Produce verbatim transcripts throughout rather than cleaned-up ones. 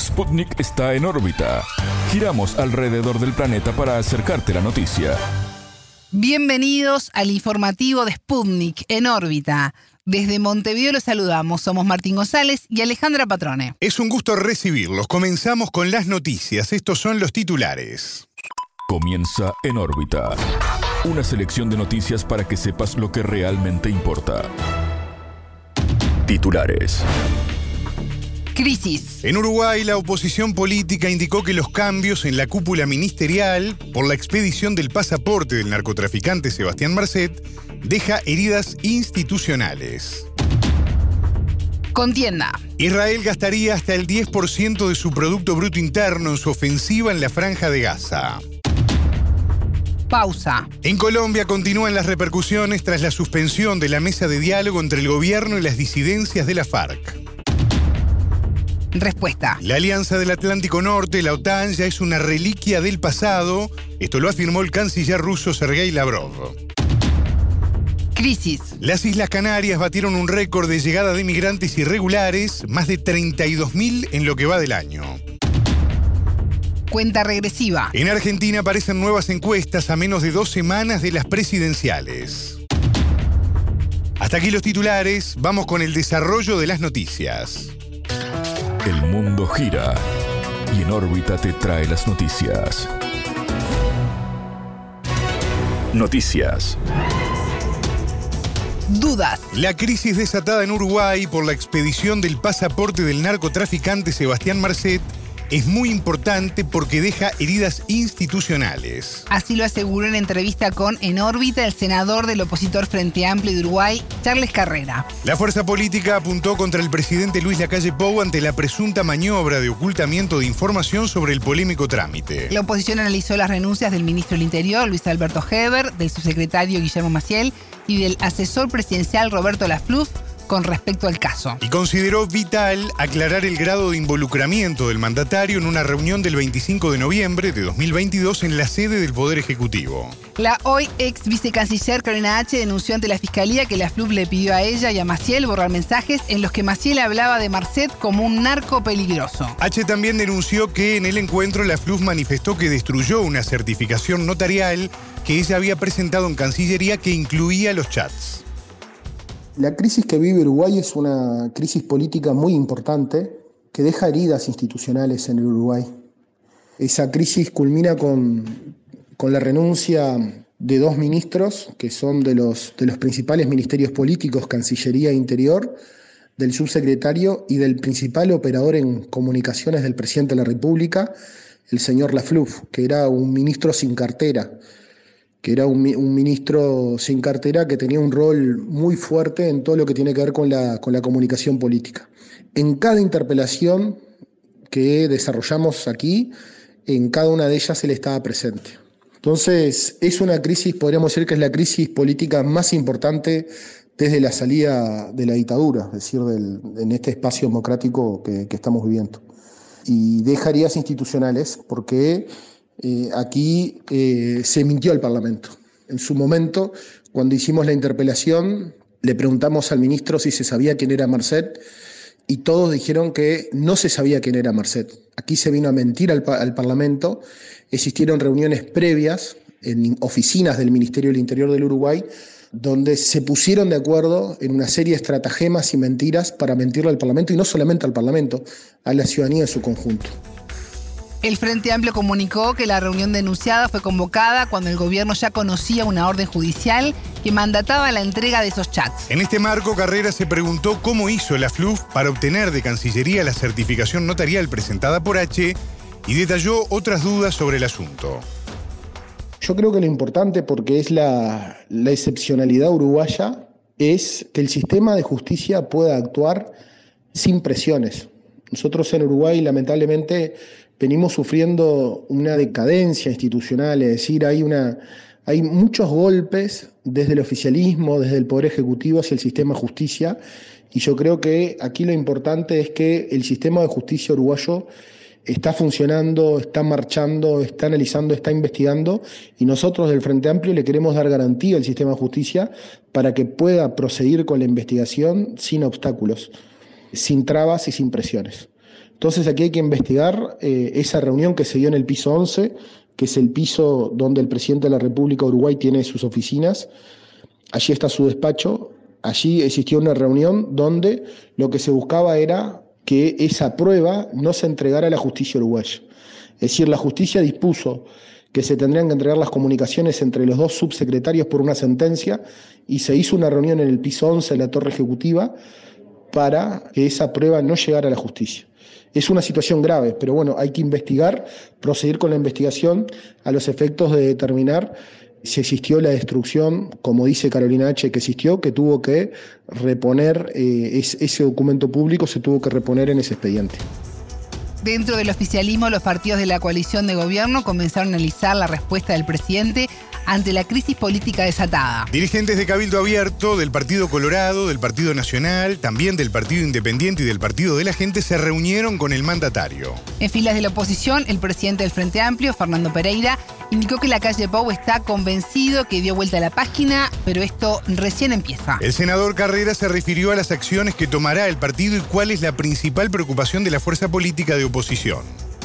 Sputnik está en órbita. Giramos alrededor del planeta para acercarte la noticia. Bienvenidos al informativo de Sputnik en órbita. Desde Montevideo los saludamos. Somos Martín González y Alejandra Patrone. Es un gusto recibirlos. Comenzamos con las noticias. Estos son los titulares. Comienza En órbita. Una selección de noticias para que sepas lo que realmente importa. Titulares. Crisis. En Uruguay, la oposición política indicó que los cambios en la cúpula ministerial por la expedición del pasaporte del narcotraficante Sebastián Marcet deja heridas institucionales. Contienda. Israel gastaría hasta el diez por ciento de su Producto Bruto Interno en su ofensiva en la Franja de Gaza. Pausa. En Colombia continúan las repercusiones tras la suspensión de la mesa de diálogo entre el gobierno y las disidencias de la FARC. Respuesta. La Alianza del Atlántico Norte, la OTAN, ya es una reliquia del pasado. Esto lo afirmó el canciller ruso Sergei Lavrov. Crisis. Las Islas Canarias batieron un récord de llegada de migrantes irregulares, más de treinta y dos mil en lo que va del año. Cuenta regresiva. En Argentina aparecen nuevas encuestas a menos de dos semanas de las presidenciales. Hasta aquí los titulares, vamos con el desarrollo de las noticias. El mundo gira y En órbita te trae las noticias. Noticias. Dudas. La crisis desatada en Uruguay por la expedición del pasaporte del narcotraficante Sebastián Marcet es muy importante porque deja heridas institucionales. Así lo aseguró en entrevista con En órbita el senador del opositor Frente Amplio de Uruguay, Charles Carrera. La fuerza política apuntó contra el presidente Luis Lacalle Pou ante la presunta maniobra de ocultamiento de información sobre el polémico trámite. La oposición analizó las renuncias del ministro del Interior, Luis Alberto Heber, del subsecretario Guillermo Maciel y del asesor presidencial Roberto Lafluf con respecto al caso. Y consideró vital aclarar el grado de involucramiento del mandatario en una reunión del veinticinco de noviembre de dos mil veintidós en la sede del Poder Ejecutivo. La hoy ex vicecanciller Carolina H. denunció ante la Fiscalía que Lafluf le pidió a ella y a Maciel borrar mensajes en los que Maciel hablaba de Marcet como un narco peligroso. H. también denunció que en el encuentro Lafluf manifestó que destruyó una certificación notarial que ella había presentado en Cancillería que incluía los chats. La crisis que vive Uruguay es una crisis política muy importante que deja heridas institucionales en el Uruguay. Esa crisis culmina con, con la renuncia de dos ministros que son de los, de los principales ministerios políticos, Cancillería e Interior, del subsecretario y del principal operador en comunicaciones del presidente de la República, el señor Lafluf, que era un ministro sin cartera. que era un, un ministro sin cartera que tenía un rol muy fuerte en todo lo que tiene que ver con la, con la comunicación política. En cada interpelación que desarrollamos aquí, en cada una de ellas él estaba presente. Entonces, es una crisis, podríamos decir que es la crisis política más importante desde la salida de la dictadura, es decir, del, en este espacio democrático que, que estamos viviendo. Y deja heridas institucionales porque Eh, aquí eh, se mintió al Parlamento. En su momento, cuando hicimos la interpelación, le preguntamos al ministro si se sabía quién era Marcet y todos dijeron que no se sabía quién era Marcet. Aquí se vino a mentir al, al Parlamento. Existieron reuniones previas en oficinas del Ministerio del Interior del Uruguay donde se pusieron de acuerdo en una serie de estratagemas y mentiras para mentirle al Parlamento, y no solamente al Parlamento, a la ciudadanía en su conjunto. El Frente Amplio comunicó que la reunión denunciada fue convocada cuando el gobierno ya conocía una orden judicial que mandataba la entrega de esos chats. En este marco, Carrera se preguntó cómo hizo Lafluf para obtener de Cancillería la certificación notarial presentada por H y detalló otras dudas sobre el asunto. Yo creo que lo importante, porque es la, la excepcionalidad uruguaya, es que el sistema de justicia pueda actuar sin presiones. Nosotros en Uruguay, lamentablemente, venimos sufriendo una decadencia institucional, es decir, hay, una, hay muchos golpes desde el oficialismo, desde el Poder Ejecutivo hacia el sistema de justicia, y yo creo que aquí lo importante es que el sistema de justicia uruguayo está funcionando, está marchando, está analizando, está investigando, y nosotros del Frente Amplio le queremos dar garantía al sistema de justicia para que pueda proseguir con la investigación sin obstáculos, sin trabas y sin presiones. Entonces aquí hay que investigar eh, esa reunión que se dio en el piso once, que es el piso donde el presidente de la República de Uruguay tiene sus oficinas. Allí está su despacho. Allí existió una reunión donde lo que se buscaba era que esa prueba no se entregara a la justicia uruguaya. Es decir, la justicia dispuso que se tendrían que entregar las comunicaciones entre los dos subsecretarios por una sentencia y se hizo una reunión en el piso once de la Torre Ejecutiva para que esa prueba no llegara a la justicia. Es una situación grave, pero bueno, hay que investigar, proseguir con la investigación a los efectos de determinar si existió la destrucción, como dice Carolina H., que existió, que tuvo que reponer, eh, es, ese documento público se tuvo que reponer en ese expediente. Dentro del oficialismo, los partidos de la coalición de gobierno comenzaron a analizar la respuesta del presidente ante la crisis política desatada. Dirigentes de Cabildo Abierto, del Partido Colorado, del Partido Nacional, también del Partido Independiente y del Partido de la Gente se reunieron con el mandatario. En filas de la oposición, el presidente del Frente Amplio, Fernando Pereira, indicó que la calle Pou está convencido que dio vuelta a la página, pero esto recién empieza. El senador Carrera se refirió a las acciones que tomará el partido y cuál es la principal preocupación de la fuerza política de oposición.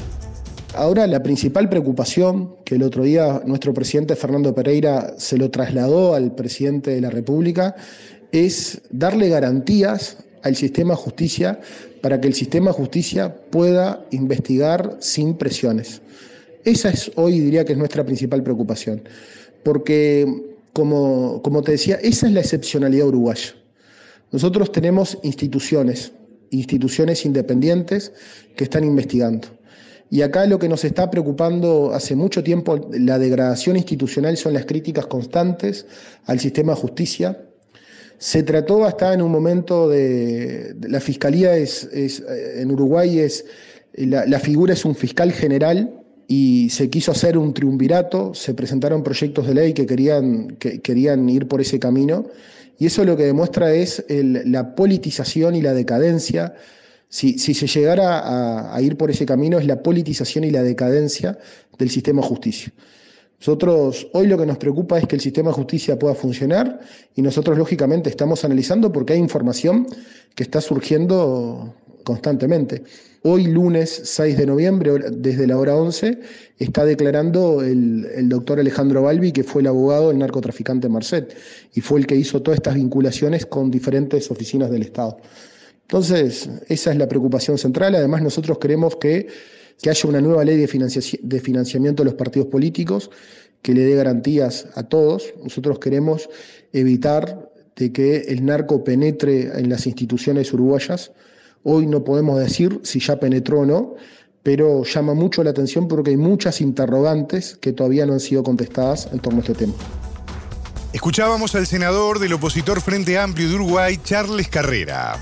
Ahora la principal preocupación, que el otro día nuestro presidente Fernando Pereira se lo trasladó al presidente de la República, es darle garantías al sistema de justicia para que el sistema de justicia pueda investigar sin presiones. Esa es hoy, diría que es nuestra principal preocupación, porque como, como te decía, esa es la excepcionalidad uruguaya. Nosotros tenemos instituciones, instituciones independientes que están investigando. Y acá lo que nos está preocupando hace mucho tiempo, la degradación institucional, son las críticas constantes al sistema de justicia. Se trató hasta en un momento de... de la Fiscalía es, es, en Uruguay es... La, la figura es un fiscal general y se quiso hacer un triunvirato, se presentaron proyectos de ley que querían, que querían ir por ese camino y eso lo que demuestra es el, la politización y la decadencia. Si, si se llegara a, a ir por ese camino, es la politización y la decadencia del sistema de justicia. Nosotros, hoy lo que nos preocupa es que el sistema de justicia pueda funcionar y nosotros, lógicamente, estamos analizando porque hay información que está surgiendo constantemente. Hoy, lunes seis de noviembre, desde la hora once, está declarando el, el doctor Alejandro Balbi, que fue el abogado del narcotraficante Marcet, y fue el que hizo todas estas vinculaciones con diferentes oficinas del Estado. Entonces, esa es la preocupación central. Además, nosotros queremos que, que haya una nueva ley de, financia, de financiamiento de los partidos políticos que le dé garantías a todos. Nosotros queremos evitar de que el narco penetre en las instituciones uruguayas. Hoy no podemos decir si ya penetró o no, pero llama mucho la atención porque hay muchas interrogantes que todavía no han sido contestadas en torno a este tema. Escuchábamos al senador del opositor Frente Amplio de Uruguay, Charles Carrera.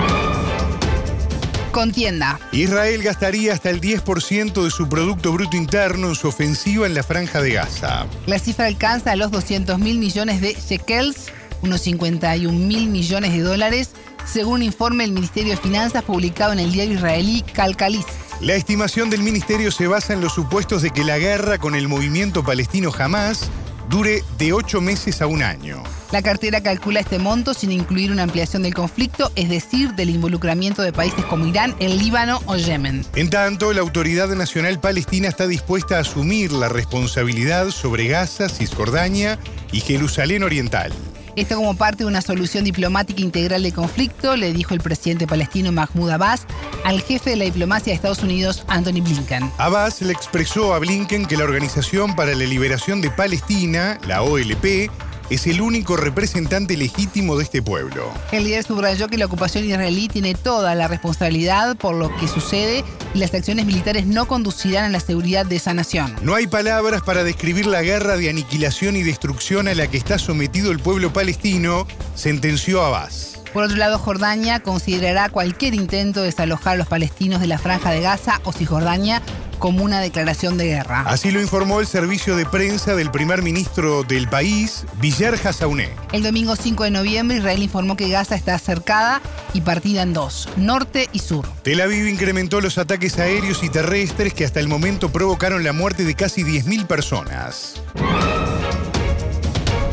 Contienda. Israel gastaría hasta el diez por ciento de su Producto Bruto Interno en su ofensiva en la Franja de Gaza. La cifra alcanza los doscientos mil millones de shekels, unos cincuenta y un mil millones de dólares, según un informe del Ministerio de Finanzas publicado en el diario israelí Calcalis. La estimación del ministerio se basa en los supuestos de que la guerra con el movimiento palestino Hamás dure de ocho meses a un año. La cartera calcula este monto sin incluir una ampliación del conflicto, es decir, del involucramiento de países como Irán, el Líbano o Yemen. En tanto, la Autoridad Nacional Palestina está dispuesta a asumir la responsabilidad sobre Gaza, Cisjordania y Jerusalén Oriental. Esto como parte de una solución diplomática integral del conflicto, le dijo el presidente palestino Mahmoud Abbas al jefe de la diplomacia de Estados Unidos, Anthony Blinken. Abbas le expresó a Blinken que la Organización para la Liberación de Palestina, la O L P, es el único representante legítimo de este pueblo. El líder subrayó que la ocupación israelí tiene toda la responsabilidad por lo que sucede y las acciones militares no conducirán a la seguridad de esa nación. No hay palabras para describir la guerra de aniquilación y destrucción a la que está sometido el pueblo palestino, sentenció Abbas. Por otro lado, Jordania considerará cualquier intento de desalojar a los palestinos de la Franja de Gaza o Cisjordania como una declaración de guerra. Así lo informó el servicio de prensa del primer ministro del país, Bilal Hassauné. El domingo cinco de noviembre, Israel informó que Gaza está cercada y partida en dos, norte y sur. Tel Aviv incrementó los ataques aéreos y terrestres que hasta el momento provocaron la muerte de casi diez mil personas.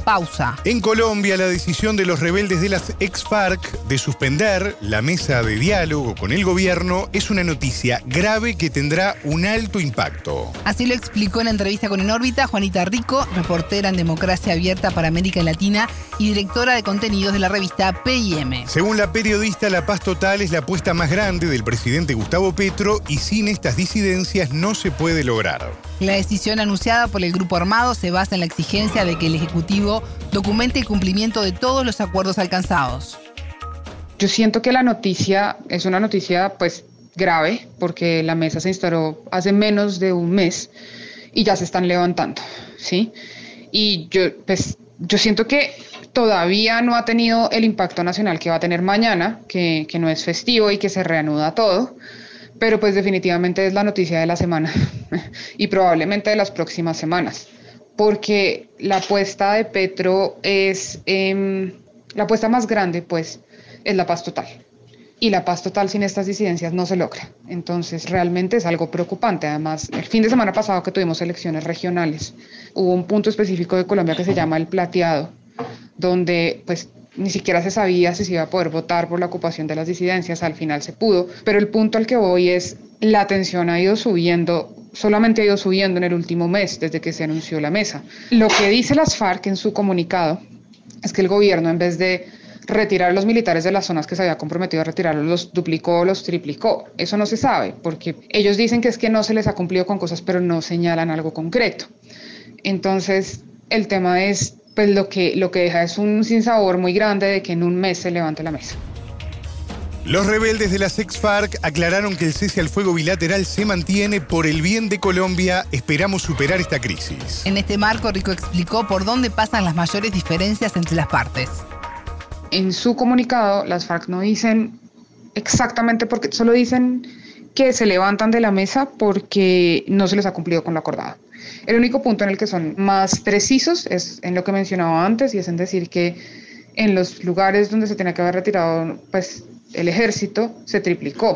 Pausa. En Colombia, la decisión de los rebeldes de las ex-FARC de suspender la mesa de diálogo con el gobierno es una noticia grave que tendrá un alto impacto. Así lo explicó en entrevista con En órbita Juanita Rico, reportera en Democracia Abierta para América Latina y directora de contenidos de la revista P I M. Según la periodista, la paz total es la apuesta más grande del presidente Gustavo Petro y sin estas disidencias no se puede lograr. La decisión anunciada por el grupo armado se basa en la exigencia de que el Ejecutivo documente el cumplimiento de todos los acuerdos alcanzados. Yo siento que la noticia es una noticia pues grave porque la mesa se instaló hace menos de un mes y ya se están levantando, ¿sí? Y yo pues yo siento que todavía no ha tenido el impacto nacional que va a tener mañana, que, que no es festivo y que se reanuda todo, pero pues definitivamente es la noticia de la semana y probablemente de las próximas semanas. Porque la apuesta de Petro es, eh, la apuesta más grande, pues, es la paz total. Y la paz total sin estas disidencias no se logra. Entonces, realmente es algo preocupante. Además, el fin de semana pasado que tuvimos elecciones regionales, hubo un punto específico de Colombia que se llama el plateado, donde, pues, ni siquiera se sabía si se iba a poder votar por la ocupación de las disidencias. Al final se pudo. Pero el punto al que voy es, la tensión ha ido subiendo, solamente ha ido subiendo en el último mes, desde que se anunció la mesa. Lo que dice las FARC en su comunicado es que el gobierno, en vez de retirar a los militares de las zonas que se había comprometido a retirarlos, los duplicó o los triplicó. Eso no se sabe, porque ellos dicen que es que no se les ha cumplido con cosas, pero no señalan algo concreto. Entonces, el tema es, pues lo que, lo que deja es un sinsabor muy grande de que en un mes se levante la mesa. Los rebeldes de las ex-FARC aclararon que el cese al fuego bilateral se mantiene por el bien de Colombia. Esperamos superar esta crisis. En este marco, Rico explicó por dónde pasan las mayores diferencias entre las partes. En su comunicado, las FARC no dicen exactamente por qué, solo dicen que se levantan de la mesa porque no se les ha cumplido con lo acordado. El único punto en el que son más precisos es en lo que mencionaba antes, y es en decir que en los lugares donde se tenía que haber retirado, pues, el ejército se triplicó,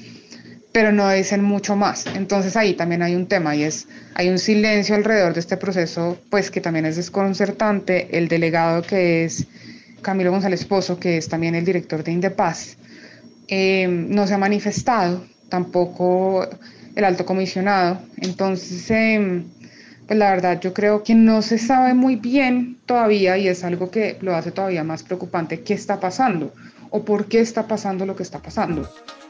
pero no dicen mucho más. Entonces ahí también hay un tema y es, hay un silencio alrededor de este proceso, pues que también es desconcertante. El delegado, que es Camilo González Pozo, que es también el director de Indepaz, eh, no se ha manifestado, tampoco el alto comisionado. Entonces, eh, pues la verdad yo creo que no se sabe muy bien todavía, y es algo que lo hace todavía más preocupante, qué está pasando o por qué está pasando lo que está pasando.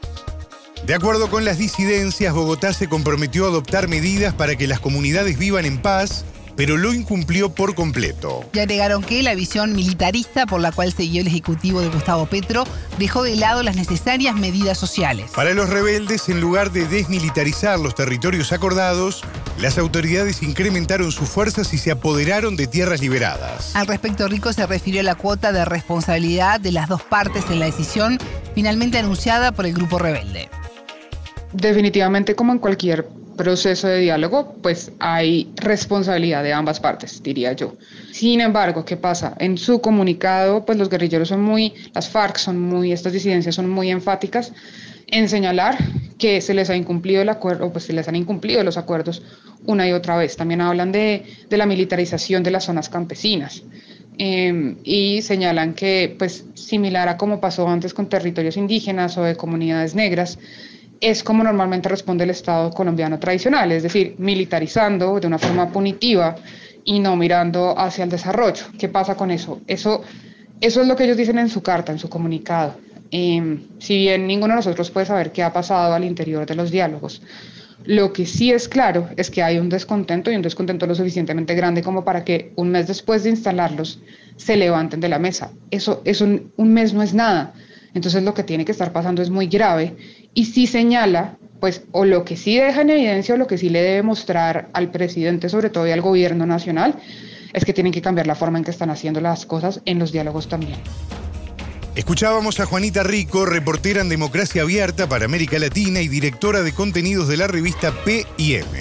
De acuerdo con las disidencias, Bogotá se comprometió a adoptar medidas para que las comunidades vivan en paz, pero lo incumplió por completo. Y agregaron que la visión militarista por la cual siguió el ejecutivo de Gustavo Petro dejó de lado las necesarias medidas sociales. Para los rebeldes, en lugar de desmilitarizar los territorios acordados, las autoridades incrementaron sus fuerzas y se apoderaron de tierras liberadas. Al respecto, Rico se refirió a la cuota de responsabilidad de las dos partes en la decisión finalmente anunciada por el grupo rebelde. Definitivamente, como en cualquier proceso de diálogo, pues hay responsabilidad de ambas partes, diría yo. Sin embargo, ¿qué pasa? En su comunicado, pues los guerrilleros son muy, las FARC son muy, estas disidencias son muy enfáticas en señalar que se les ha incumplido el acuerdo, pues se les han incumplido los acuerdos una y otra vez. También hablan de, de la militarización de las zonas campesinas. Eh, y señalan que, pues, similar a como pasó antes con territorios indígenas o de comunidades negras, es como normalmente responde el Estado colombiano tradicional, es decir, militarizando de una forma punitiva y no mirando hacia el desarrollo. ¿Qué pasa con eso? Eso, eso es lo que ellos dicen en su carta, en su comunicado. Eh, si bien ninguno de nosotros puede saber qué ha pasado al interior de los diálogos, lo que sí es claro es que hay un descontento, y un descontento lo suficientemente grande como para que un mes después de instalarlos se levanten de la mesa. Eso, eso un mes no es nada. Entonces lo que tiene que estar pasando es muy grave, y sí señala, pues, o lo que sí deja en evidencia, o lo que sí le debe mostrar al presidente, sobre todo, y al gobierno nacional, es que tienen que cambiar la forma en que están haciendo las cosas en los diálogos también. Escuchábamos a Juanita Rico, reportera en Democracia Abierta para América Latina y directora de contenidos de la revista P I M.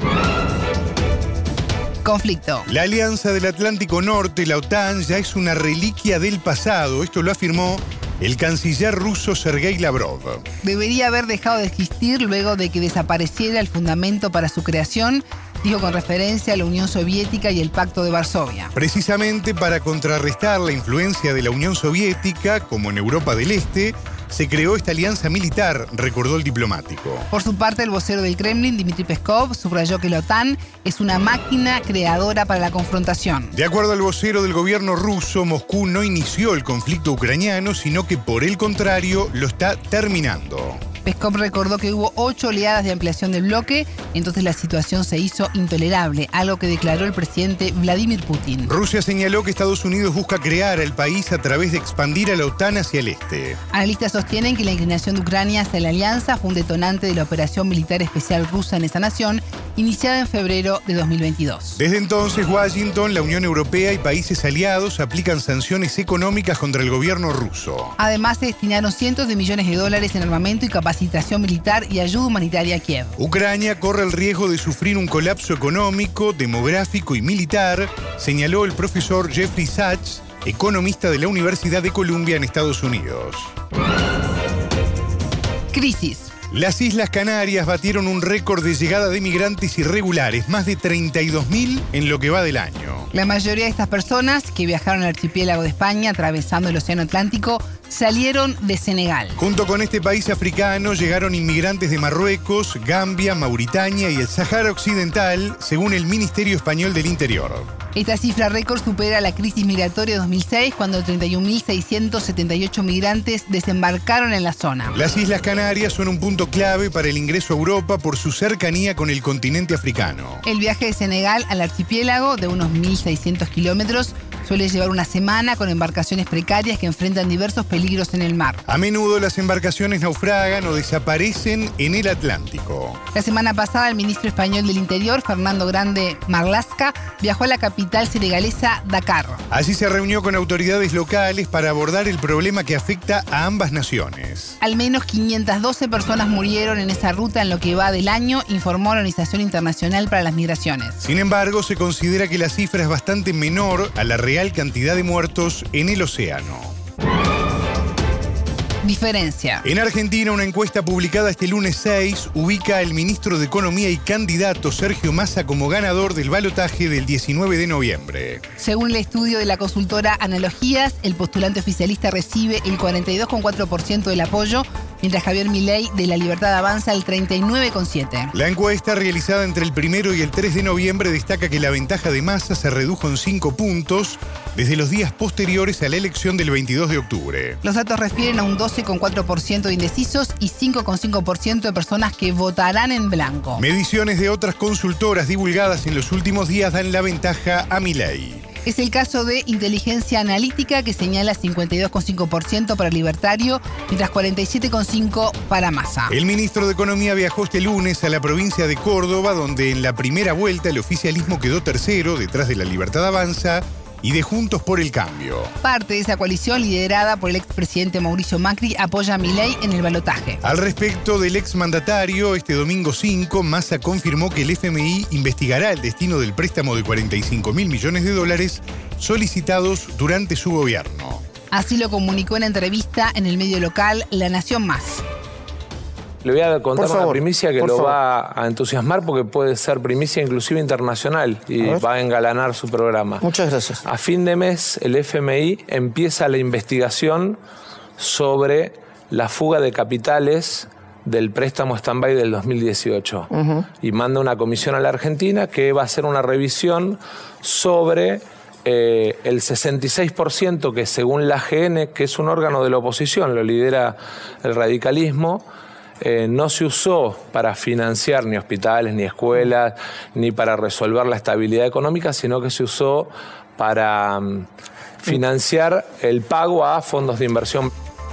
Conflicto. La Alianza del Atlántico Norte, la OTAN, ya es una reliquia del pasado. Esto lo afirmó el canciller ruso Sergei Lavrov. Debería haber dejado de existir luego de que desapareciera el fundamento para su creación dijo con referencia a la Unión Soviética y el Pacto de Varsovia. Precisamente para contrarrestar la influencia de la Unión Soviética, como en Europa del Este, se creó esta alianza militar, recordó el diplomático. Por su parte, el vocero del Kremlin, Dmitry Peskov, subrayó que la OTAN es una máquina creadora para la confrontación. De acuerdo al vocero del gobierno ruso, Moscú no inició el conflicto ucraniano, sino que por el contrario lo está terminando. Peskov recordó que hubo ocho oleadas de ampliación del bloque, entonces la situación se hizo intolerable, algo que declaró el presidente Vladimir Putin. Rusia señaló que Estados Unidos busca crear al país a través de expandir a la OTAN hacia el este. Analistas sostienen que la inclinación de Ucrania hacia la alianza fue un detonante de la operación militar especial rusa en esa nación, iniciada en febrero de dos mil veintidós. Desde entonces, Washington, la Unión Europea y países aliados aplican sanciones económicas contra el gobierno ruso. Además, se destinaron cientos de millones de dólares en armamento y capacitación militar y ayuda humanitaria a Kiev. Ucrania corre el riesgo de sufrir un colapso económico, demográfico y militar, señaló el profesor Jeffrey Sachs, economista de la Universidad de Columbia en Estados Unidos. Crisis. Las Islas Canarias batieron un récord de llegada de migrantes irregulares, más de treinta y dos mil en lo que va del año. La mayoría de estas personas que viajaron al archipiélago de España atravesando el Océano Atlántico salieron de Senegal. Junto con este país africano llegaron inmigrantes de Marruecos, Gambia, Mauritania y el Sahara Occidental, según el Ministerio Español del Interior. Esta cifra récord supera la crisis migratoria de dos mil seis, cuando treinta y un mil seiscientos setenta y ocho migrantes desembarcaron en la zona. Las Islas Canarias son un punto clave para el ingreso a Europa por su cercanía con el continente africano. El viaje de Senegal al archipiélago, de unos mil seiscientos kilómetros, suele llevar una semana con embarcaciones precarias que enfrentan diversos peligros en el mar. A menudo las embarcaciones naufragan o desaparecen en el Atlántico. La semana pasada, el ministro español del Interior, Fernando Grande Marlaska, viajó a la capital senegalesa, Dakar. Allí se reunió con autoridades locales para abordar el problema que afecta a ambas naciones. Al menos quinientas doce personas murieron en esa ruta en lo que va del año, informó la Organización Internacional para las Migraciones. Sin embargo, se considera que la cifra es bastante menor a la real cantidad de muertos en el océano. Diferencia. En Argentina, una encuesta publicada este lunes seis ubica al ministro de Economía y candidato Sergio Massa como ganador del balotaje del diecinueve de noviembre. Según el estudio de la consultora Analogías, el postulante oficialista recibe el cuarenta y dos coma cuatro por ciento del apoyo, mientras Javier Milei de La Libertad avanza el treinta y nueve coma siete por ciento. La encuesta realizada entre el primero y el tres de noviembre destaca que la ventaja de Massa se redujo en cinco puntos desde los días posteriores a la elección del veintidós de octubre. Los datos refieren a un doce coma cuatro por ciento de indecisos y cinco coma cinco por ciento de personas que votarán en blanco. Mediciones de otras consultoras divulgadas en los últimos días dan la ventaja a Milei. Es el caso de Inteligencia Analítica, que señala cincuenta y dos coma cinco por ciento para Libertario, mientras cuarenta y siete coma cinco por ciento para Massa. El ministro de Economía viajó este lunes a la provincia de Córdoba, donde en la primera vuelta el oficialismo quedó tercero, detrás de La Libertad Avanza y de Juntos por el Cambio. Parte de esa coalición, liderada por el expresidente Mauricio Macri, apoya a Milei en el balotaje. Al respecto del exmandatario, este domingo cinco, Massa confirmó que el F M I investigará el destino del préstamo de cuarenta y cinco mil millones de dólares solicitados durante su gobierno. Así lo comunicó en entrevista en el medio local La Nación Más. Le voy a contar favor, una primicia que lo favor. va a entusiasmar porque puede ser primicia inclusive internacional y va a engalanar su programa. Muchas gracias. A fin de mes, el F M I empieza la investigación sobre la fuga de capitales del préstamo stand-by del dos mil dieciocho. Uh-huh. Y manda una comisión a la Argentina que va a hacer una revisión sobre eh, el sesenta y seis por ciento que, según la A G N, que es un órgano de la oposición, lo lidera el radicalismo, Eh, no se usó para financiar ni hospitales, ni escuelas, ni para resolver la estabilidad económica, sino que se usó para um, financiar el pago a fondos de inversión.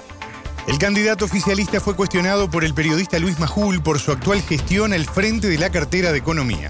El candidato oficialista fue cuestionado por el periodista Luis Majul por su actual gestión al frente de la cartera de Economía.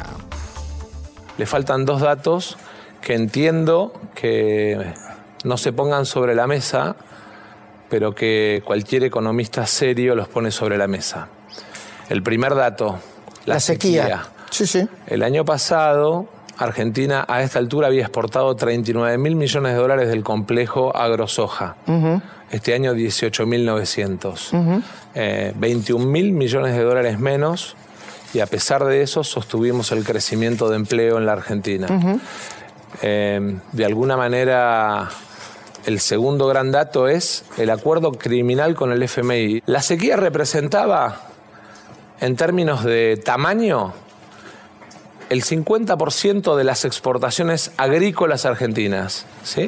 Le faltan dos datos que entiendo que no se pongan sobre la mesa, pero que cualquier economista serio los pone sobre la mesa. El primer dato, la, la sequía. sequía. Sí, sí. El año pasado, Argentina a esta altura había exportado treinta y nueve mil millones de dólares del complejo agrosoja. Uh-huh. Este año dieciocho mil novecientos. Uh-huh. eh, veintiún mil millones de dólares menos y a pesar de eso sostuvimos el crecimiento de empleo en la Argentina. Uh-huh. Eh, de alguna manera, el segundo gran dato es el acuerdo criminal con el F M I. La sequía representaba, en términos de tamaño, el cincuenta por ciento de las exportaciones agrícolas argentinas, ¿sí?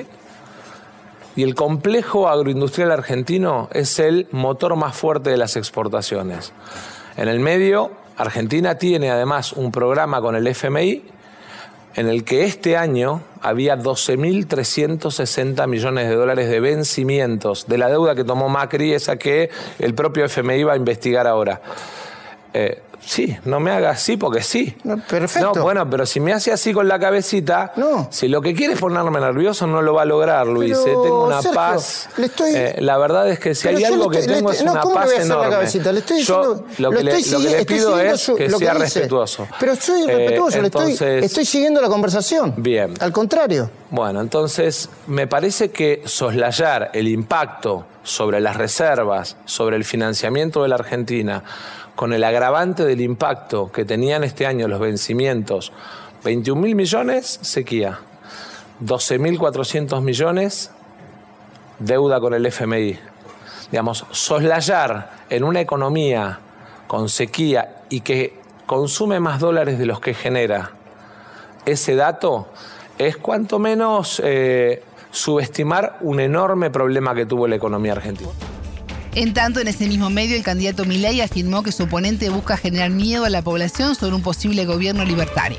Y el complejo agroindustrial argentino es el motor más fuerte de las exportaciones. En el medio, Argentina tiene además un programa con el F M I en el que este año había doce mil trescientos sesenta millones de dólares de vencimientos de la deuda que tomó Macri, esa que el propio F M I va a investigar ahora. Eh, sí, no me haga así porque sí. No, perfecto. No, bueno, pero si me hace así con la cabecita, no. Si lo que quiere es ponerme nervioso, no lo va a lograr, Luis. Pero, eh, tengo una Sergio, paz. Le estoy... eh, la verdad es que si hay algo estoy, que tengo estoy, es no, una paz enorme. La cabecita? Le estoy diciendo, Yo lo que, lo le, estoy, lo que le pido es su, que lo sea que respetuoso. Pero estoy respetuoso, eh, le entonces, estoy, estoy siguiendo la conversación. Bien. Al contrario. Bueno, entonces me parece que soslayar el impacto sobre las reservas, sobre el financiamiento de la Argentina, con el agravante del impacto que tenían este año los vencimientos, veintiún mil millones, sequía, doce mil cuatrocientos millones, deuda con el F M I. Digamos, soslayar en una economía con sequía y que consume más dólares de los que genera, ese dato es cuanto menos eh, subestimar un enorme problema que tuvo la economía argentina. En tanto, en ese mismo medio, el candidato Milei afirmó que su oponente busca generar miedo a la población sobre un posible gobierno libertario.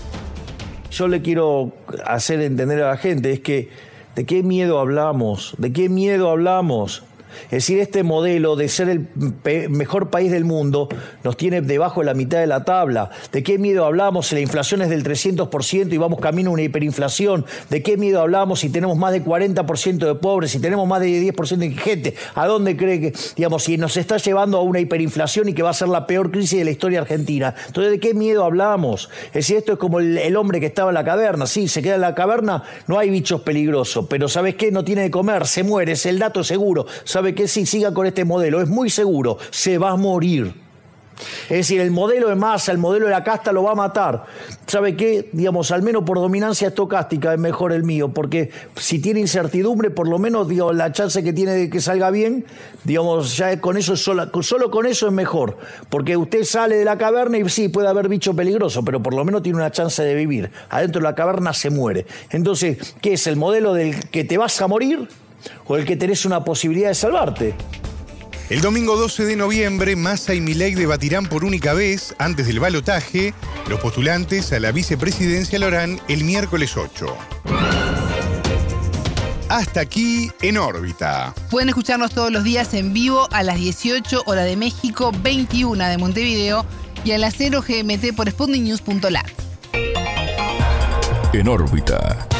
Yo le quiero hacer entender a la gente es que ¿de qué miedo hablamos? ¿De qué miedo hablamos? Es decir, este modelo de ser el pe- mejor país del mundo nos tiene debajo de la mitad de la tabla. ¿De qué miedo hablamos si la inflación es del trescientos por ciento y vamos camino a una hiperinflación? ¿De qué miedo hablamos si tenemos más del cuarenta por ciento de pobres, si tenemos más del diez por ciento de gente? ¿A dónde cree que, digamos, si nos está llevando a una hiperinflación y que va a ser la peor crisis de la historia argentina? Entonces, ¿de qué miedo hablamos? Es decir, esto es como el, el hombre que estaba en la caverna. Sí, se queda en la caverna, no hay bichos peligrosos, pero ¿sabes qué? No tiene de comer, se muere, es el dato seguro. ¿Sabe qué? Si siga con este modelo, es muy seguro, se va a morir. Es decir, el modelo de masa, el modelo de la casta lo va a matar. ¿Sabe qué? Digamos, al menos por dominancia estocástica es mejor el mío, porque si tiene incertidumbre, por lo menos digo, la chance que tiene de que salga bien, digamos, ya con eso sola, solo con eso es mejor. Porque usted sale de la caverna y sí, puede haber bicho peligroso, pero por lo menos tiene una chance de vivir. Adentro de la caverna se muere. Entonces, ¿qué es el modelo del que te vas a morir o el que tenés una posibilidad de salvarte? El domingo doce de noviembre, Massa y Milei debatirán por única vez, antes del balotaje. Los postulantes a la vicepresidencia lo harán el miércoles ocho. Hasta aquí En órbita. Pueden escucharnos todos los días en vivo a las dieciocho, hora de México, veintiuna de Montevideo, y a las cero G M T por Sputnik News punto lat. En órbita.